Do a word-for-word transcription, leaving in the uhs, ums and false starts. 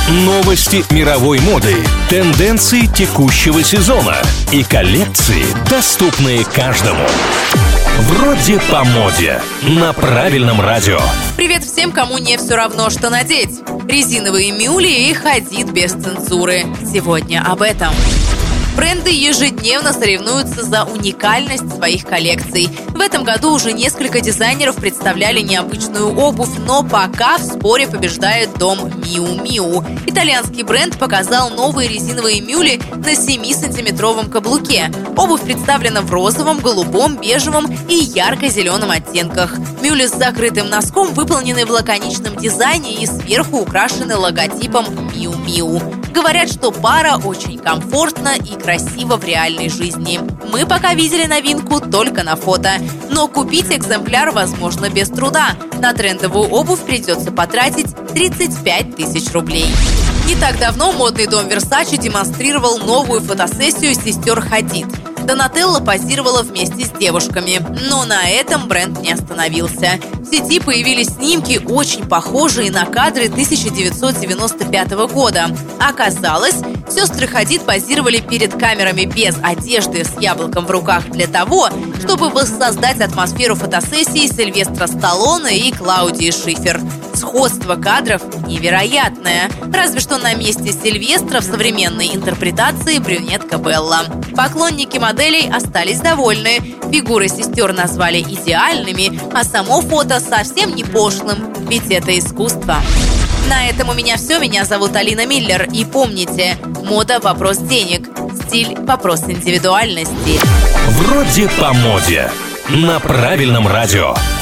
Новости мировой моды, тенденции текущего сезона и коллекции, доступные каждому. Вроде по моде. На правильном радио. Привет всем, кому не все равно, что надеть. Резиновые мюли и ходить без цензуры. Сегодня об этом. Бренды ежедневно соревнуются за уникальность своих коллекций. В этом году уже несколько дизайнеров представляли необычную обувь, но пока в споре побеждает дом Miu Miu. Итальянский бренд показал новые резиновые мюли на семисантиметровом каблуке. Обувь представлена в розовом, голубом, бежевом и ярко-зеленом оттенках. Мюли с закрытым носком выполнены в лаконичном дизайне и сверху украшены логотипом Miu Miu. Говорят, что пара очень комфортна и красиво в реальной жизни. Мы пока видели новинку только на фото. Но купить экземпляр возможно без труда. На трендовую обувь придется потратить тридцать пять тысяч рублей. Не так давно модный дом Versace демонстрировал новую фотосессию сестер Хадид. Донателла позировала вместе с девушками. Но на этом бренд не остановился. В сети появились снимки, очень похожие на кадры тысяча девятьсот девяносто пятого года. Оказалось, сестры Хадид позировали перед камерами без одежды с яблоком в руках для того, чтобы воссоздать атмосферу фотосессии Сильвестра Сталлоне и Клаудии Шиффер. Сходство кадров невероятное. Разве что на месте Сильвестра в современной интерпретации брюнетка Белла. Поклонники моделей остались довольны. Фигуры сестер назвали идеальными, а само фото совсем не пошлым, ведь это искусство. На этом у меня все. Меня зовут Алина Миллер. И помните, мода – вопрос денег, стиль – вопрос индивидуальности. Вроде по моде. На правильном радио.